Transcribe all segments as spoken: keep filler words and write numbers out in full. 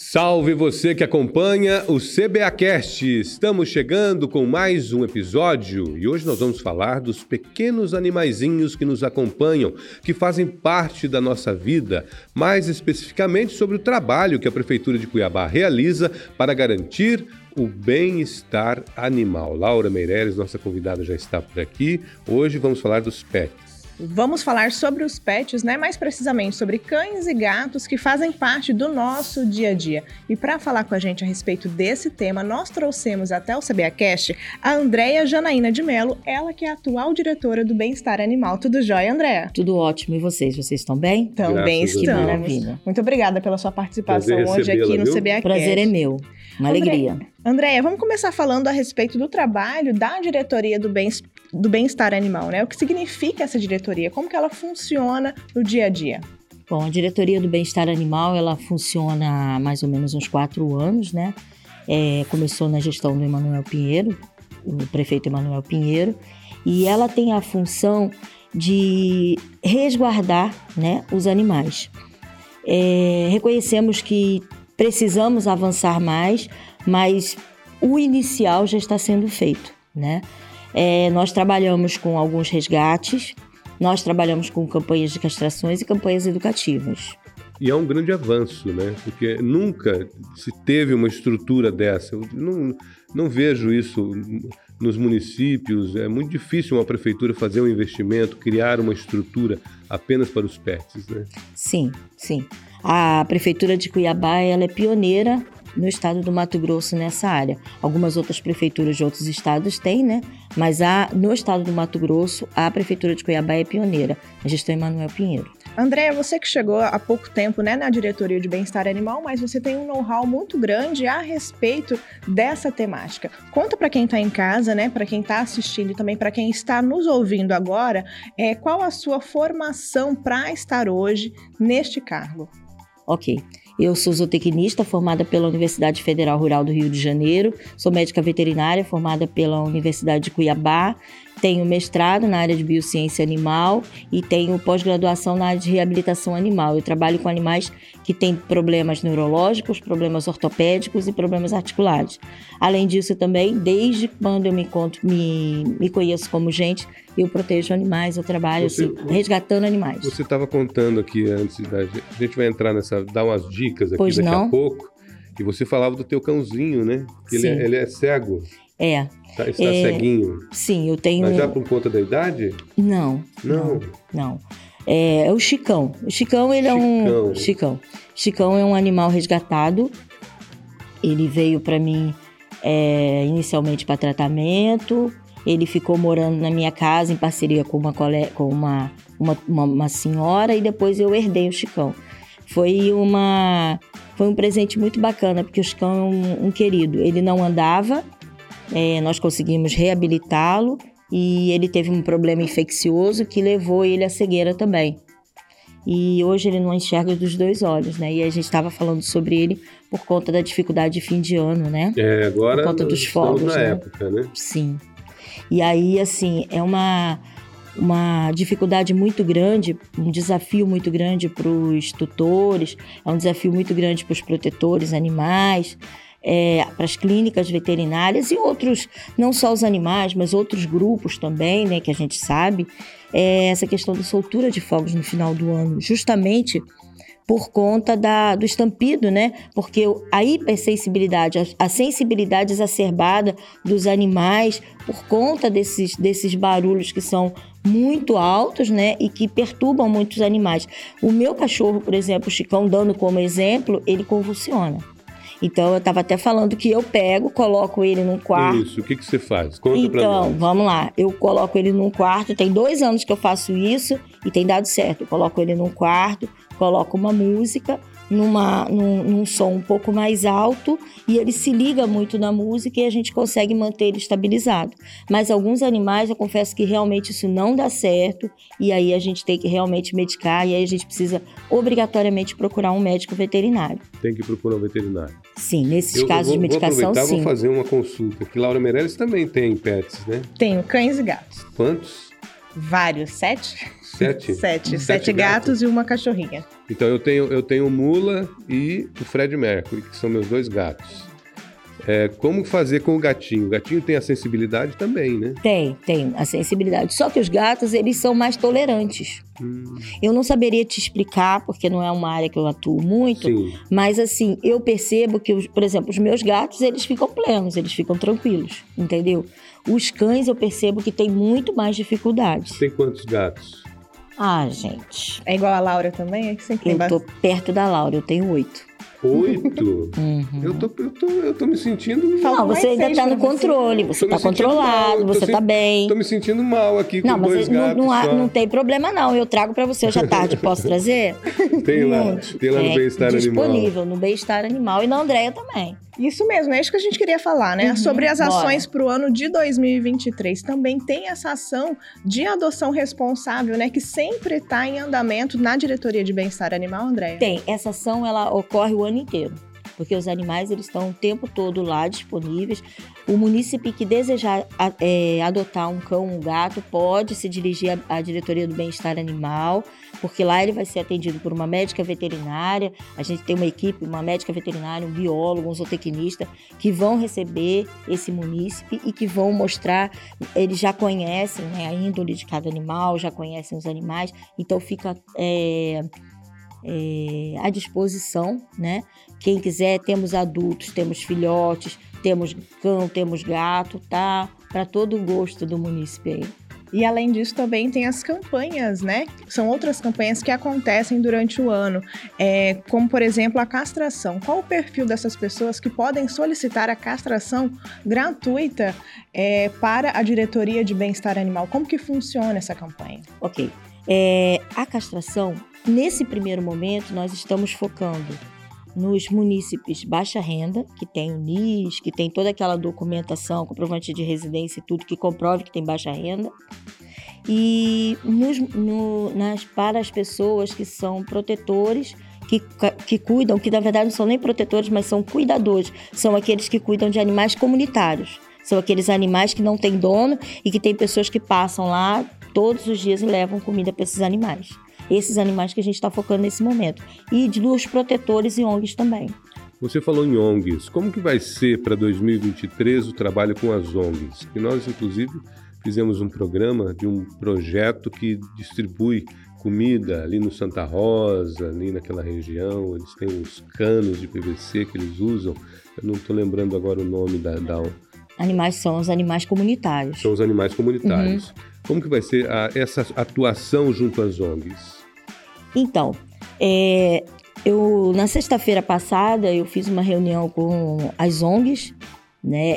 Salve você que acompanha o C B A Cast. Estamos chegando com mais um episódio e hoje nós vamos falar dos pequenos animaizinhos que nos acompanham, que fazem parte da nossa vida, mais especificamente sobre o trabalho que a Prefeitura de Cuiabá realiza para garantir o bem-estar animal. Laura Meireles, nossa convidada, já está por aqui. Hoje vamos falar dos pets. Vamos falar sobre os pets, né? Mais precisamente sobre cães e gatos que fazem parte do nosso dia a dia. E para falar com a gente a respeito desse tema, nós trouxemos até o C B A Cast a Andréia Janaína de Mello, ela que é a atual diretora do Bem-Estar Animal. Tudo jóia, Andréia? Tudo ótimo. E vocês? Vocês estão bem? Também Graças estamos. Maravilha. Muito obrigada pela sua participação hoje aqui no viu? C B A Cast. Prazer é meu. Uma André, alegria. Andréia, vamos começar falando a respeito do trabalho da diretoria do bem-estar do bem-estar animal, né? O que significa essa diretoria? Como que ela funciona no dia a dia? Bom, a diretoria do bem-estar animal, ela funciona há mais ou menos uns quatro anos, né? É, começou na gestão do Emanuel Pinheiro, o prefeito Emanuel Pinheiro, e ela tem a função de resguardar, né, os animais. É, reconhecemos que precisamos avançar mais, mas o inicial já está sendo feito, né? É, nós trabalhamos com alguns resgates, nós trabalhamos com campanhas de castrações e campanhas educativas. E é um grande avanço, né? Porque nunca se teve uma estrutura dessa. Eu não, não vejo isso nos municípios. É muito difícil uma prefeitura fazer um investimento, criar uma estrutura apenas para os pets, né? Sim, sim. A Prefeitura de Cuiabá, ela é pioneira no estado do Mato Grosso nessa área. Algumas outras prefeituras de outros estados têm, né? Mas a, no estado do Mato Grosso, a Prefeitura de Cuiabá é pioneira. A gestão Emanuel Pinheiro. Andréia, você que chegou há pouco tempo, né, na diretoria de bem-estar animal, mas você tem um know-how muito grande a respeito dessa temática. Conta para quem está em casa, né, para quem está assistindo e também para quem está nos ouvindo agora, é, qual a sua formação para estar hoje neste cargo? Ok. Eu sou zootecnista, formada pela Universidade Federal Rural do Rio de Janeiro. Sou médica veterinária, formada pela Universidade de Cuiabá. Tenho mestrado na área de biociência animal e tenho pós-graduação na área de reabilitação animal. Eu trabalho com animais que têm problemas neurológicos, problemas ortopédicos e problemas articulares. Além disso, também, desde quando eu me, encontro, me, me conheço como gente, eu protejo animais, eu trabalho você, assim, resgatando animais. Você estava contando aqui antes, da, a gente vai entrar nessa, dar umas dicas aqui pois daqui não. a pouco, e você falava do teu cãozinho, né? Que ele é, ele é cego. É. Tá, está é, ceguinho. Sim, eu tenho... Mas já por conta da idade? Não. Não? Não. não. É, é o Chicão. O Chicão, ele Chicão. é um... Chicão. Chicão é um animal resgatado. Ele veio para mim é, inicialmente para tratamento. Ele ficou morando na minha casa em parceria com uma, cole... com uma, uma, uma, uma senhora e depois eu herdei o Chicão. Foi uma... Foi um presente muito bacana, porque o Chicão é um, um querido. Ele não andava, é, nós conseguimos reabilitá-lo e ele teve um problema infeccioso que levou ele à cegueira também. E hoje ele não enxerga dos dois olhos, né? E a gente estava falando sobre ele por conta da dificuldade de fim de ano, né? É, agora por conta dos fogos, na né? época, né? Sim. E aí, assim, é uma... uma dificuldade muito grande, um desafio muito grande para os tutores, é um desafio muito grande para os protetores animais, é, para as clínicas veterinárias e outros, não só os animais, mas outros grupos também, né, que a gente sabe, é essa questão da soltura de fogos no final do ano, justamente por conta da, do estampido, né? Porque a hipersensibilidade, a, a sensibilidade exacerbada dos animais por conta desses, desses barulhos que são muito altos, né? E que perturbam muitos animais. O meu cachorro, por exemplo, o Chicão, dando como exemplo, ele convulsiona. Então, eu estava até falando que eu pego, coloco ele num quarto. Isso, o que, que você faz? Conta então, pra nós. Então, vamos lá. Eu coloco ele num quarto, tem dois anos que eu faço isso e tem dado certo. Eu coloco ele num quarto, coloco uma música numa, num, num som um pouco mais alto e ele se liga muito na música e a gente consegue manter ele estabilizado. Mas alguns animais, eu confesso que realmente isso não dá certo e aí a gente tem que realmente medicar e aí a gente precisa obrigatoriamente procurar um médico veterinário. Tem que procurar um veterinário. Sim, nesses eu, casos eu vou, de medicação, vou aproveitar, sim. Vou fazer uma consulta, que Laura Meireles também tem pets, né? Tenho cães e gatos. Quantos? Vários, sete? Sete? Sete. Sete, Sete gatos, gatos e uma cachorrinha. Então eu tenho, eu tenho o Mula e o Fred Mercury, que são meus dois gatos. É, como fazer com o gatinho? O gatinho tem a sensibilidade também, né? Tem, tem a sensibilidade. Só que os gatos, eles são mais tolerantes. Hum. Eu não saberia te explicar, porque não é uma área que eu atuo muito. Sim. Mas assim, eu percebo que, os, por exemplo, os meus gatos, eles ficam plenos, eles ficam tranquilos, entendeu? Os cães, eu percebo que tem muito mais dificuldades. Tem quantos gatos? Ah, gente, É igual a Laura também? É que sempre tem eu tô bastante. perto da Laura, eu tenho oito. Oito? Uhum. Eu, tô, eu, tô, eu tô me sentindo... Falta Não, mais você ainda seis tá pra no você. controle, você Tô me tá sentindo controlado, mal, tô você se- tá bem. Tô me sentindo mal aqui com Não, mas dois não, gatos não, há- só. não tem problema não, eu trago pra você hoje à tarde, posso trazer? Tem lá, Muito. tem lá no É Bem-Estar Animal. disponível no Bem-Estar Animal e na Andréia também. Isso mesmo, é isso que a gente queria falar, né? Uhum, Sobre as bora. ações para o ano de dois mil e vinte e três. Também tem essa ação de adoção responsável, né? Que sempre está em andamento na Diretoria de Bem-Estar Animal, Andréia. Tem, essa ação ela ocorre o ano inteiro, porque os animais eles estão o tempo todo lá disponíveis. O munícipe que desejar a- é, adotar um cão ou um gato pode se dirigir à, à Diretoria do Bem-Estar Animal, porque lá ele vai ser atendido por uma médica veterinária. A gente tem uma equipe, uma médica veterinária, um biólogo, um zootecnista, que vão receber esse munícipe e que vão mostrar, eles já conhecem, né, a índole de cada animal, já conhecem os animais, então fica... é, É, à disposição, né? Quem quiser, temos adultos, temos filhotes, temos cão, temos gato, tá? Para todo o gosto do munícipe aí. E além disso, também tem as campanhas, né? São outras campanhas que acontecem durante o ano, é, como, por exemplo, a castração. Qual o perfil dessas pessoas que podem solicitar a castração gratuita é, para a Diretoria de Bem-Estar Animal? Como que funciona essa campanha? Ok. É, a castração, nesse primeiro momento, nós estamos focando nos munícipes baixa renda, que tem o N I S, que tem toda aquela documentação, comprovante de residência e tudo que comprove que tem baixa renda. E nos, no, nas, para as pessoas que são protetores, que, que cuidam, que na verdade não são nem protetores, mas são cuidadores, são aqueles que cuidam de animais comunitários. São aqueles animais que não têm dono e que tem pessoas que passam lá todos os dias e levam comida para esses animais. Esses animais que a gente está focando nesse momento. E dos protetores e O N Gs também. Você falou em O N Gs. Como que vai ser para dois mil e vinte e três o trabalho com as O N Gs? E nós, inclusive, fizemos um programa de um projeto que distribui comida ali no Santa Rosa, ali naquela região. Eles têm uns canos de P V C que eles usam. Eu não estou lembrando agora o nome da... da... Animais são os animais comunitários. São os animais comunitários. Uhum. Como que vai ser a, essa atuação junto às O N Gs? Então, é, eu, na sexta-feira passada, eu fiz uma reunião com as O N Gs, né?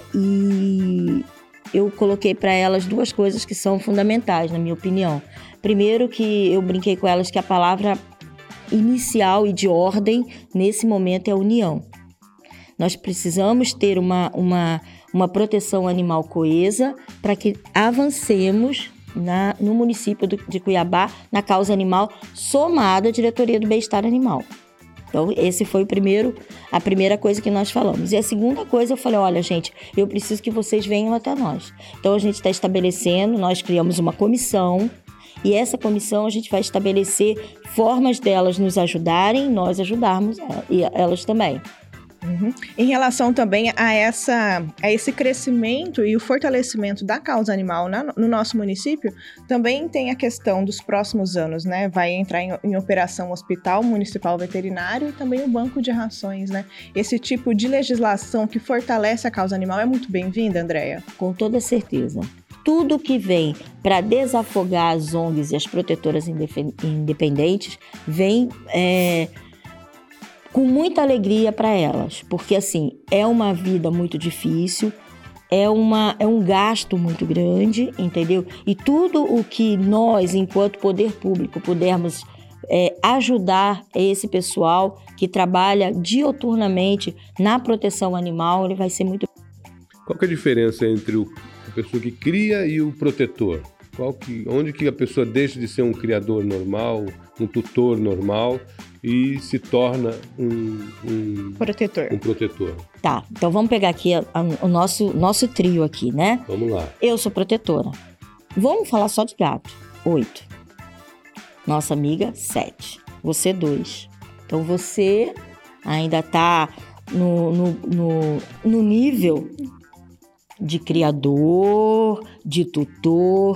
E eu coloquei para elas duas coisas que são fundamentais, na minha opinião. Primeiro, que eu brinquei com elas que a palavra inicial e de ordem, nesse momento, é união. Nós precisamos ter uma, uma, uma proteção animal coesa para que avancemos na, no município do, de Cuiabá na causa animal somada à Diretoria do Bem-Estar Animal. Então, esse foi o primeiro, a primeira coisa que nós falamos. E a segunda coisa, eu falei, olha, gente, eu preciso que vocês venham até nós. Então, a gente está estabelecendo, nós criamos uma comissão, e essa comissão a gente vai estabelecer formas delas nos ajudarem, nós ajudarmos e elas também. Uhum. Em relação também a, essa, a esse crescimento e o fortalecimento da causa animal na, no nosso município, também tem a questão dos próximos anos, né? Vai entrar em, em operação o Hospital Municipal Veterinário e também o Banco de Rações, né? Esse tipo de legislação que fortalece a causa animal é muito bem-vinda, Andréia? Com toda certeza. Tudo que vem para desafogar as O N Gs e as protetoras independentes vem... É, com muita alegria para elas, porque assim, é uma vida muito difícil, é, uma, é um gasto muito grande, entendeu? E tudo o que nós, enquanto poder público, pudermos é, ajudar esse pessoal que trabalha dioturnamente na proteção animal, ele vai ser muito... Qual que é a diferença entre o, a pessoa que cria e o protetor? Qual que, onde que a pessoa deixa de ser um criador normal, um tutor normal e se torna um, um, protetor. um protetor? Tá, então vamos pegar aqui a, a, o nosso, nosso trio aqui, né? Vamos lá. Eu sou protetora. Vamos falar só de gato. Oito. Nossa amiga, sete. Você, dois. Então, você ainda está no, no, no, no nível de criador, de tutor,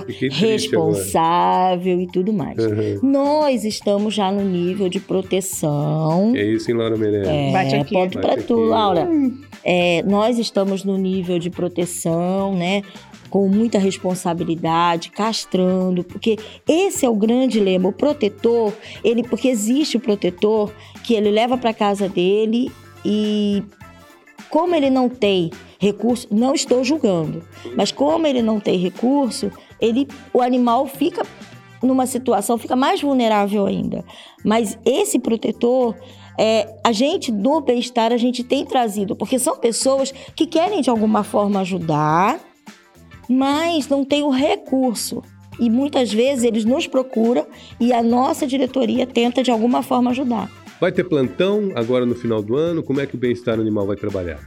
responsável e tudo mais. Uhum. Nós estamos já no nível de proteção. É isso, hein, Laura Meirelles? É, Bate aqui. ponto para tu, Laura. É, nós estamos no nível de proteção, né? Com muita responsabilidade, castrando, porque esse é o grande lema. O protetor, ele, porque existe o protetor que ele leva para casa dele e como ele não tem recurso, não estou julgando, mas como ele não tem recurso, ele, o animal fica numa situação, fica mais vulnerável ainda. Mas esse protetor, é, a gente, do bem-estar, a gente tem trazido, porque são pessoas que querem de alguma forma ajudar, mas não tem o recurso. E muitas vezes eles nos procuram e a nossa diretoria tenta de alguma forma ajudar. Vai ter plantão agora no final do ano? Como é que o bem-estar animal vai trabalhar?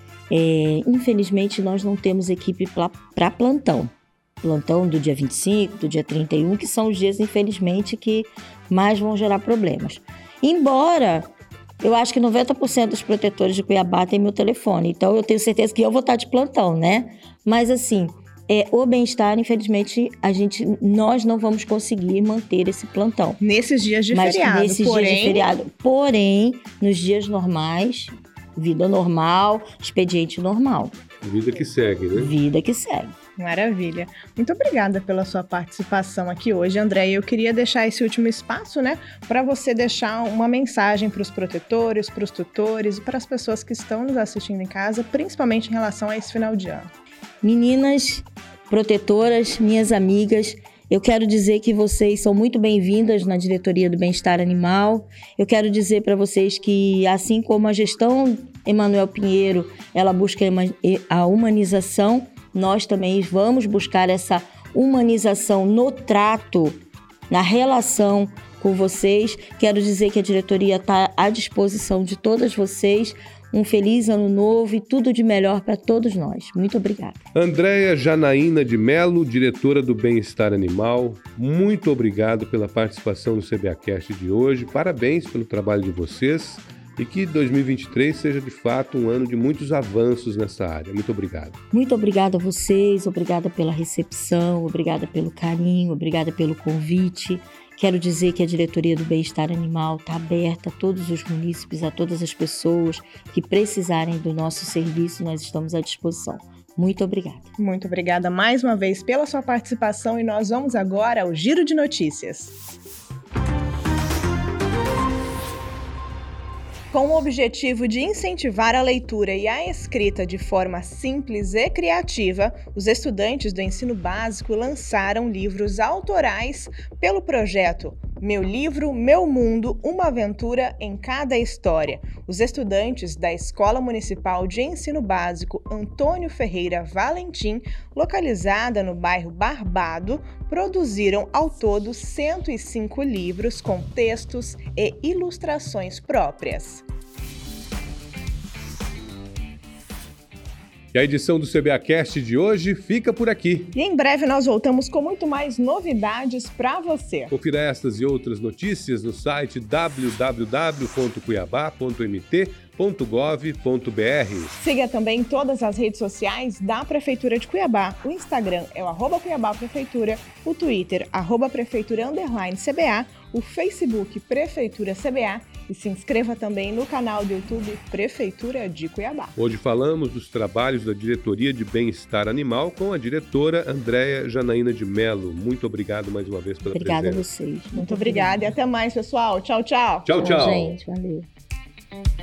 É, infelizmente, nós não temos equipe para plantão. Plantão do dia vinte e cinco, do dia trinta e um, que são os dias, infelizmente, que mais vão gerar problemas. Embora eu acho que noventa por cento dos protetores de Cuiabá têm meu telefone, então eu tenho certeza que eu vou estar de plantão, né? Mas assim, é, o bem-estar, infelizmente, a gente, nós não vamos conseguir manter esse plantão. Nesses dias de Mas feriado, nesses porém... dias de feriado. Porém, nos dias normais, vida normal, expediente normal. Vida que segue, né? Vida que segue. Maravilha. Muito obrigada pela sua participação aqui hoje, André. Eu queria deixar esse último espaço, né, para você deixar uma mensagem para os protetores, para os tutores e para as pessoas que estão nos assistindo em casa, principalmente em relação a esse final de ano. Meninas protetoras, minhas amigas, eu quero dizer que vocês são muito bem-vindas na Diretoria do Bem-Estar Animal. Eu quero dizer para vocês que, assim como a gestão Emanuel Pinheiro, ela busca a humanização, nós também vamos buscar essa humanização no trato, na relação com vocês. Quero dizer que a diretoria está à disposição de todas vocês. Um feliz ano novo e tudo de melhor para todos nós. Muito obrigada. Andréia Janaína de Melo, diretora do Bem-Estar Animal, muito obrigado pela participação no CBAcast de hoje. Parabéns pelo trabalho de vocês e que dois mil e vinte e três seja de fato um ano de muitos avanços nessa área. Muito obrigado. Muito obrigada a vocês, obrigada pela recepção, obrigada pelo carinho, obrigada pelo convite. Quero dizer que a Diretoria do Bem-Estar Animal está aberta a todos os munícipes, a todas as pessoas que precisarem do nosso serviço, nós estamos à disposição. Muito obrigada. Muito obrigada mais uma vez pela sua participação e nós vamos agora ao Giro de Notícias. Com o objetivo de incentivar a leitura e a escrita de forma simples e criativa, os estudantes do ensino básico lançaram livros autorais pelo projeto Meu Livro, Meu Mundo, uma aventura em cada história. Os estudantes da Escola Municipal de Ensino Básico Antônio Ferreira Valentim, localizada no bairro Barbado, produziram ao todo cento e cinco livros com textos e ilustrações próprias. E a edição do CBAcast de hoje fica por aqui. E em breve nós voltamos com muito mais novidades para você. Confira estas e outras notícias no site w w w ponto cuiabá ponto m t ponto gov ponto b r. Siga também todas as redes sociais da Prefeitura de Cuiabá. O Instagram é o arroba Cuiabá Prefeitura, o Twitter, arroba Prefeitura underline C B A, o Facebook Prefeitura C B A e se inscreva também no canal do YouTube Prefeitura de Cuiabá. Hoje falamos dos trabalhos da Diretoria de Bem-Estar Animal com a diretora Andréia Janaína de Melo. Muito obrigado mais uma vez pela obrigada presença. Obrigada a vocês. Muito, Muito obrigada e até mais, pessoal. Tchau, tchau. Tchau, tchau. Bom, gente, valeu.